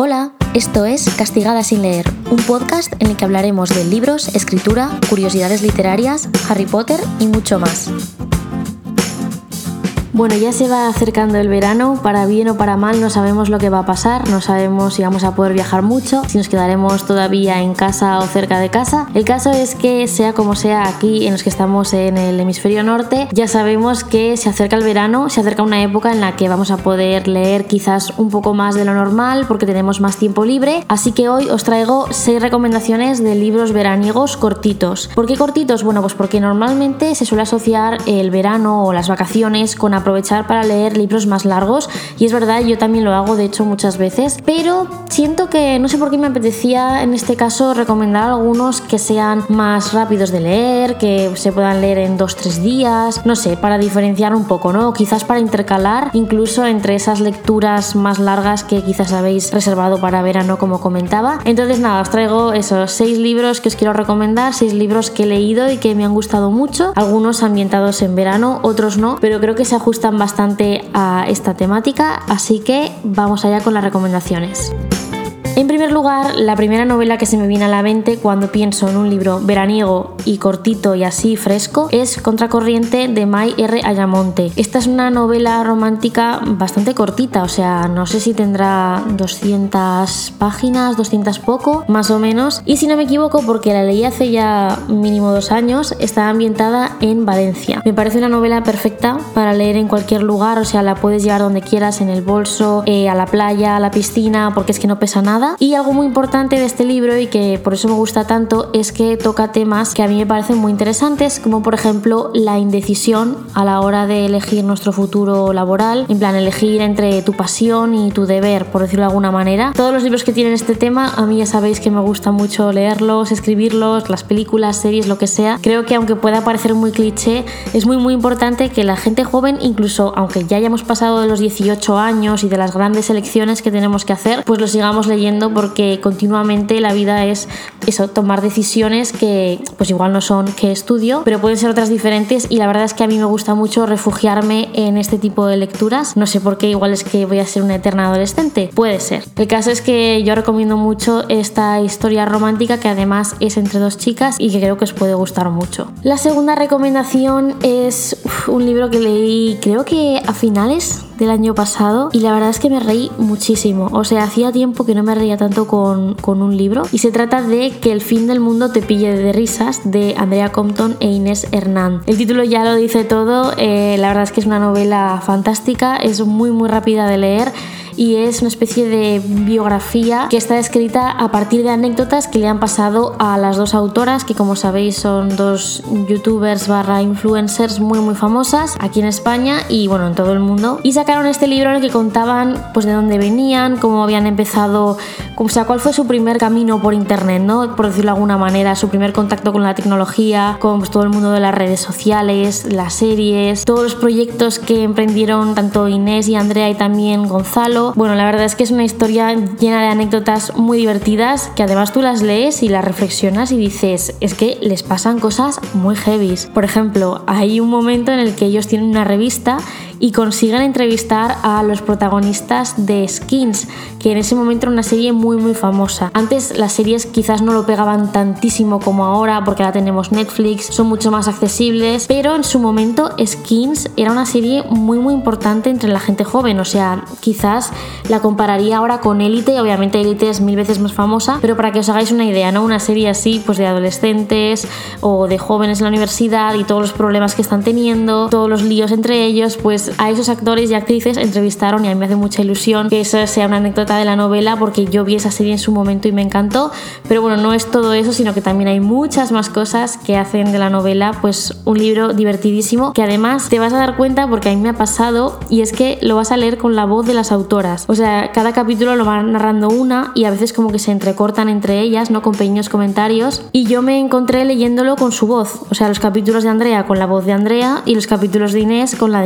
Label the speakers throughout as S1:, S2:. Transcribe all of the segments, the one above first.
S1: Hola, esto es Castigada sin leer, un podcast en el que hablaremos de libros, escritura, curiosidades literarias, Harry Potter y mucho más. Bueno, ya se va acercando el verano, para bien o para mal no sabemos lo que va a pasar, no sabemos si vamos a poder viajar mucho, si nos quedaremos todavía en casa o cerca de casa. El caso es que, sea como sea, aquí en los que estamos en el hemisferio norte, ya sabemos que se acerca el verano, se acerca una época en la que vamos a poder leer quizás un poco más de lo normal porque tenemos más tiempo libre, así que hoy os traigo 6 recomendaciones de libros veraniegos cortitos. ¿Por qué cortitos? Bueno, pues porque normalmente se suele asociar el verano o las vacaciones con aprovechar para leer libros más largos, y es verdad, yo también lo hago de hecho muchas veces, pero siento que no sé por qué me apetecía en este caso recomendar algunos que sean más rápidos de leer, que se puedan leer en 2-3 días, no sé, para diferenciar un poco, ¿no? Quizás para intercalar incluso entre esas lecturas más largas que quizás habéis reservado para verano, como comentaba. Entonces nada, os traigo esos 6 libros que os quiero recomendar, 6 libros que he leído y que me han gustado mucho, algunos ambientados en verano, otros no, pero creo que se ajustan bastante a esta temática, así que vamos allá con las recomendaciones. En primer lugar, la primera novela que se me viene a la mente cuando pienso en un libro veraniego y cortito y así fresco es Contracorriente de May R. Ayamonte. Esta es una novela romántica bastante cortita, o sea, no sé si tendrá 200 páginas, 200 poco, más o menos, y si no me equivoco, porque la leí hace ya mínimo 2 años, está ambientada en Valencia. Me parece una novela perfecta para leer en cualquier lugar, o sea, la puedes llevar donde quieras, en el bolso, a la playa, a la piscina, porque es que no pesa nada. Y algo muy importante de este libro, y que por eso me gusta tanto, es que toca temas que a mí me parecen muy interesantes, como por ejemplo la indecisión a la hora de elegir nuestro futuro laboral, en plan elegir entre tu pasión y tu deber, por decirlo de alguna manera. Todos los libros que tienen este tema, a mí ya sabéis que me gusta mucho leerlos, escribirlos, las películas, series, lo que sea. Creo que aunque pueda parecer muy cliché, es muy importante que la gente joven, incluso aunque ya hayamos pasado de los 18 años y de las grandes elecciones que tenemos que hacer, pues lo sigamos leyendo, porque continuamente la vida es eso, tomar decisiones que pues igual no son que estudio, pero pueden ser otras diferentes, y la verdad es que a mí me gusta mucho refugiarme en este tipo de lecturas. No sé por qué, igual es que voy a ser una eterna adolescente, puede ser. El caso es que yo recomiendo mucho esta historia romántica, que además es entre 2 chicas y que creo que os puede gustar mucho. La segunda recomendación es un libro que leí creo que a finales del año pasado, y la verdad es que me reí muchísimo, o sea, hacía tiempo que no me reía tanto con un libro, y se trata de Que el fin del mundo te pille de risas, de Andrea Compton e Inés Hernán. El título ya lo dice todo, la verdad es que es una novela fantástica, es muy rápida de leer, y es una especie de biografía que está escrita a partir de anécdotas que le han pasado a las 2 autoras, que como sabéis son 2 youtubers / influencers muy famosas aquí en España y bueno, en todo el mundo, y sacaron este libro en el que contaban pues de dónde venían, cómo habían empezado, o sea, cuál fue su primer camino por internet, ¿no? Por decirlo de alguna manera, su primer contacto con la tecnología, con pues todo el mundo de las redes sociales, las series, todos los proyectos que emprendieron tanto Inés y Andrea y también Gonzalo. Bueno, la verdad es que es una historia llena de anécdotas muy divertidas, que además tú las lees y las reflexionas y dices, es que les pasan cosas muy heavies. Por ejemplo, hay un momento en el que ellos tienen una revista y consiguen entrevistar a los protagonistas de Skins, que en ese momento era una serie muy famosa. Antes las series quizás no lo pegaban tantísimo como ahora, porque ahora tenemos Netflix, son mucho más accesibles, pero en su momento Skins era una serie muy importante entre la gente joven, o sea, quizás la compararía ahora con Élite. Obviamente Élite es 1000 veces más famosa, pero para que os hagáis una idea, ¿no? Una serie así pues de adolescentes o de jóvenes en la universidad y todos los problemas que están teniendo, todos los líos entre ellos, pues a esos actores y actrices entrevistaron, y a mí me hace mucha ilusión que esa sea una anécdota de la novela, porque yo vi esa serie en su momento y me encantó. Pero bueno, no es todo eso, sino que también hay muchas más cosas que hacen de la novela pues un libro divertidísimo, que además te vas a dar cuenta, porque a mí me ha pasado, y es que lo vas a leer con la voz de las autoras. O sea, cada capítulo lo van narrando una, y a veces como que se entrecortan entre ellas, ¿no? Con pequeños comentarios, y yo me encontré leyéndolo con su voz, o sea, los capítulos de Andrea con la voz de Andrea y los capítulos de Inés con la de Inés.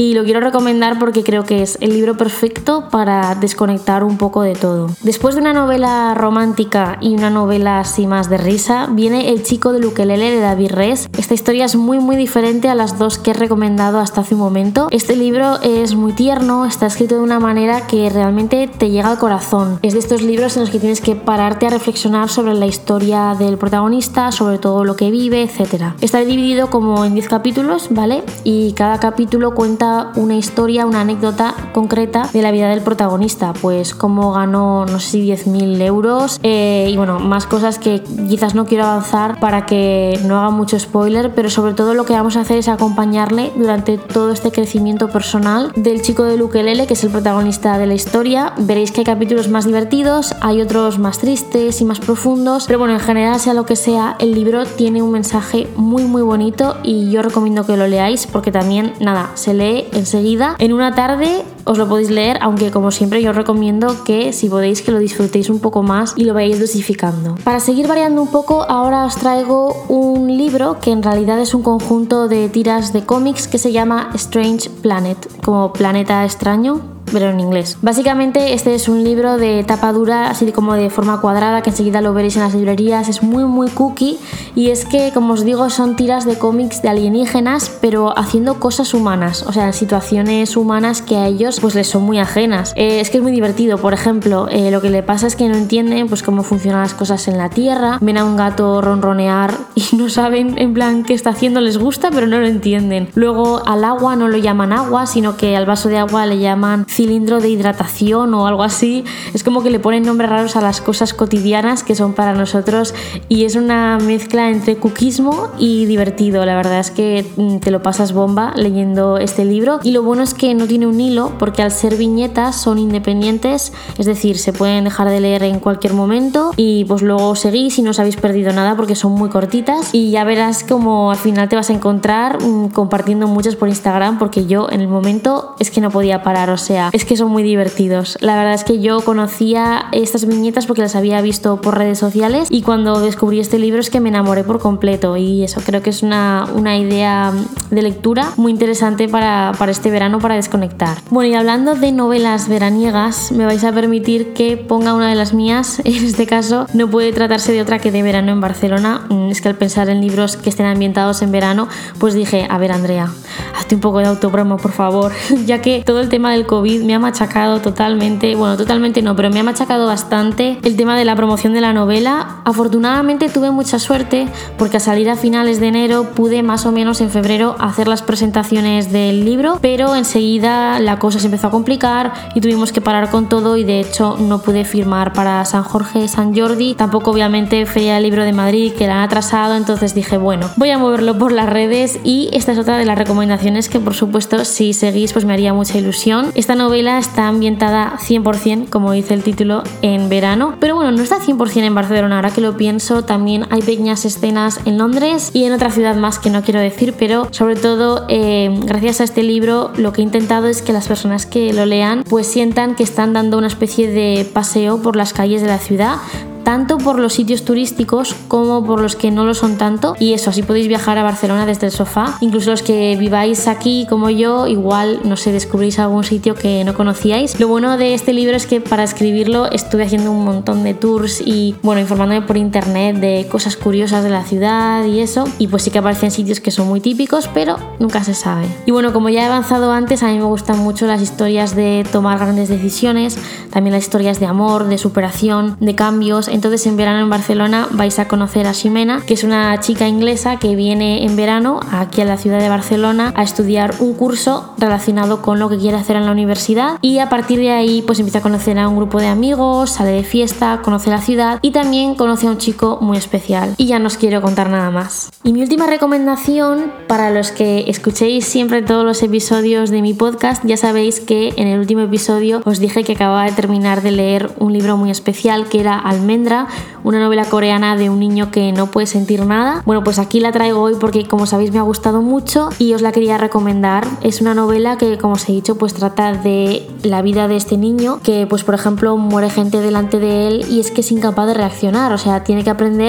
S1: y lo quiero recomendar porque creo que es el libro perfecto para desconectar un poco de todo. Después de una novela romántica y una novela así más de risa, viene El chico del ukelele de David Res. Esta historia es muy diferente a las dos que he recomendado hasta hace un momento. Este libro es muy tierno, está escrito de una manera que realmente te llega al corazón. Es de estos libros en los que tienes que pararte a reflexionar sobre la historia del protagonista, sobre todo lo que vive, etc. Está dividido como en 10 capítulos, ¿vale? Y cada capítulo cuenta una historia, una anécdota concreta de la vida del protagonista, pues cómo ganó, no sé si 10.000 euros y bueno, más cosas que quizás no quiero avanzar para que no haga mucho spoiler, pero sobre todo lo que vamos a hacer es acompañarle durante todo este crecimiento personal del chico del ukelele, que es el protagonista de la historia. Veréis que hay capítulos más divertidos, hay otros más tristes y más profundos, pero bueno, en general, sea lo que sea, el libro tiene un mensaje muy bonito y yo recomiendo que lo leáis porque también, nada, se lee enseguida. En una tarde os lo podéis leer, aunque como siempre yo os recomiendo que si podéis que lo disfrutéis un poco más y lo vayáis dosificando. Para seguir variando un poco, ahora os traigo un libro que en realidad es un conjunto de tiras de cómics que se llama Strange Planet, como planeta extraño, pero en inglés. Básicamente este es un libro de tapa dura, así como de forma cuadrada, que enseguida lo veréis en las librerías. Es muy cookie y es que, como os digo, son tiras de cómics de alienígenas, pero haciendo cosas humanas, o sea, situaciones humanas que a ellos pues les son muy ajenas. Es que es muy divertido. Por ejemplo, lo que le pasa es que no entienden pues cómo funcionan las cosas en la Tierra, ven a un gato ronronear y no saben en plan qué está haciendo, les gusta pero no lo entienden. Luego al agua no lo llaman agua, sino que al vaso de agua le llaman cilindro de hidratación o algo así. Es como que le ponen nombres raros a las cosas cotidianas que son para nosotros y es una mezcla entre cookismo y divertido. La verdad es que te lo pasas bomba leyendo este libro y lo bueno es que no tiene un hilo porque al ser viñetas son independientes, es decir, se pueden dejar de leer en cualquier momento y pues luego seguís y no os habéis perdido nada porque son muy cortitas y ya verás como al final te vas a encontrar compartiendo muchas por Instagram porque yo en el momento es que no podía parar, o sea, es que son muy divertidos. La verdad es que yo conocía estas viñetas porque las había visto por redes sociales y cuando descubrí este libro es que me enamoré por completo y eso creo que es una idea de lectura muy interesante para este verano, para desconectar. Bueno, y hablando de novelas veraniegas, me vais a permitir que ponga una de las mías. En este caso no puede tratarse de otra que de verano en Barcelona. Es que al pensar en libros que estén ambientados en verano, pues dije, a ver Andrea, hazte un poco de autopromo por favor, ya que todo el tema del COVID me ha machacado totalmente, bueno, totalmente no, pero me ha machacado bastante el tema de la promoción de la novela. Afortunadamente tuve mucha suerte porque al salir a finales de enero pude más o menos en febrero hacer las presentaciones del libro, pero enseguida la cosa se empezó a complicar y tuvimos que parar con todo y de hecho no pude firmar para San Jorge, San Jordi, tampoco obviamente Feria del Libro de Madrid que la han atrasado, entonces dije bueno, voy a moverlo por las redes y esta es otra de las recomendaciones que por supuesto si seguís pues me haría mucha ilusión. Esta novela está ambientada 100%, como dice el título, en verano, pero bueno, no está 100% en Barcelona, ahora que lo pienso, también hay pequeñas escenas en Londres y en otra ciudad más que no quiero decir, pero sobre todo gracias a este libro lo que he intentado es que las personas que lo lean pues sientan que están dando una especie de paseo por las calles de la ciudad, tanto por los sitios turísticos como por los que no lo son tanto y eso, así podéis viajar a Barcelona desde el sofá. Incluso los que viváis aquí como yo, igual, no sé, descubrís algún sitio que no conocíais. Lo bueno de este libro es que para escribirlo estuve haciendo un montón de tours y bueno, informándome por internet de cosas curiosas de la ciudad y eso, y pues sí que aparecen sitios que son muy típicos, pero nunca se sabe. Y bueno, como ya he avanzado antes, a mí me gustan mucho las historias de tomar grandes decisiones, también las historias de amor, de superación, de cambios. Entonces en verano en Barcelona vais a conocer a Ximena, que es una chica inglesa que viene en verano aquí a la ciudad de Barcelona a estudiar un curso relacionado con lo que quiere hacer en la universidad y a partir de ahí pues empieza a conocer a un grupo de amigos, sale de fiesta, conoce la ciudad y también conoce a un chico muy especial y ya no os quiero contar nada más. Y mi última recomendación para los que escuchéis siempre todos los episodios de mi podcast, ya sabéis que en el último episodio os dije que acababa de terminar de leer un libro muy especial que era Almendra, una novela coreana de un niño que no puede sentir nada. Bueno, pues aquí la traigo hoy porque como sabéis me ha gustado mucho y os la quería recomendar. Es una novela que, como os he dicho, pues trata de la vida de este niño que pues por ejemplo muere gente delante de él y es que es incapaz de reaccionar, o sea, tiene que aprender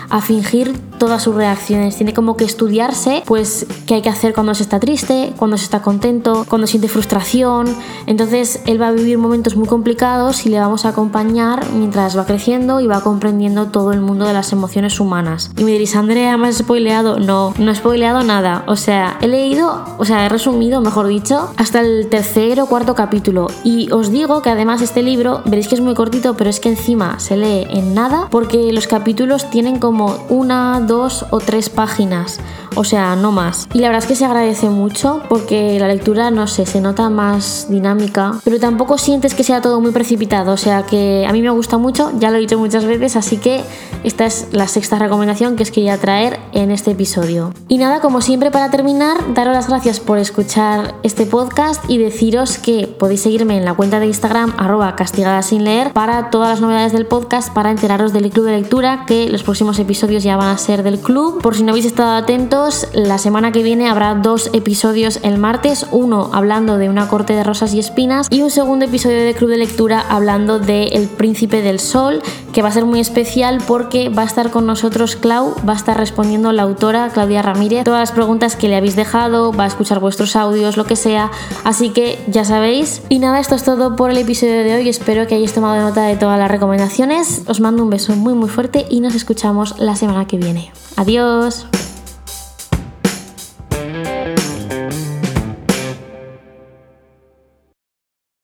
S1: a fingir todas sus reacciones, tiene como que estudiarse pues qué hay que hacer cuando se está triste, cuando se está contento, cuando siente frustración. Entonces él va a vivir momentos muy complicados y le vamos a acompañar mientras va creciendo y va comprendiendo todo el mundo de las emociones humanas. Y me diréis, Andrea, ¿me has spoileado? No he spoileado nada, o sea, he resumido, mejor dicho, hasta el 3.º o 4.º capítulo, y os digo que además este libro, veréis que es muy cortito, pero es que encima se lee en nada, porque los capítulos tienen como 1, 2 o 3 páginas, o sea, no más. Y la verdad es que se agradece mucho porque la lectura, no sé, se nota más dinámica, pero tampoco sientes que sea todo muy precipitado, o sea que a mí me gusta mucho, ya lo he dicho muchas veces, así que esta es la 6ª recomendación que os quería traer en este episodio. Y nada, como siempre, para terminar, daros las gracias por escuchar este podcast y deciros que podéis seguirme en la cuenta de Instagram @castigadasinleer para todas las novedades del podcast, para enteraros del club de lectura, que los próximos episodios ya van a ser del club. Por si no habéis estado atentos, la semana que viene habrá 2 episodios el martes, uno hablando de Una corte de rosas y espinas y un segundo episodio del club de lectura hablando de El príncipe del sol, que va a ser muy especial porque va a estar con nosotros Clau, va a estar respondiendo la autora Claudia Ramírez todas las preguntas que le habéis dejado, va a escuchar vuestros audios, lo que sea, así que ya sabéis. Y nada, esto es todo por el episodio de hoy, espero que hayáis tomado nota de todas las recomendaciones, os mando un beso muy muy fuerte y nos escuchamos la semana que viene. Adiós.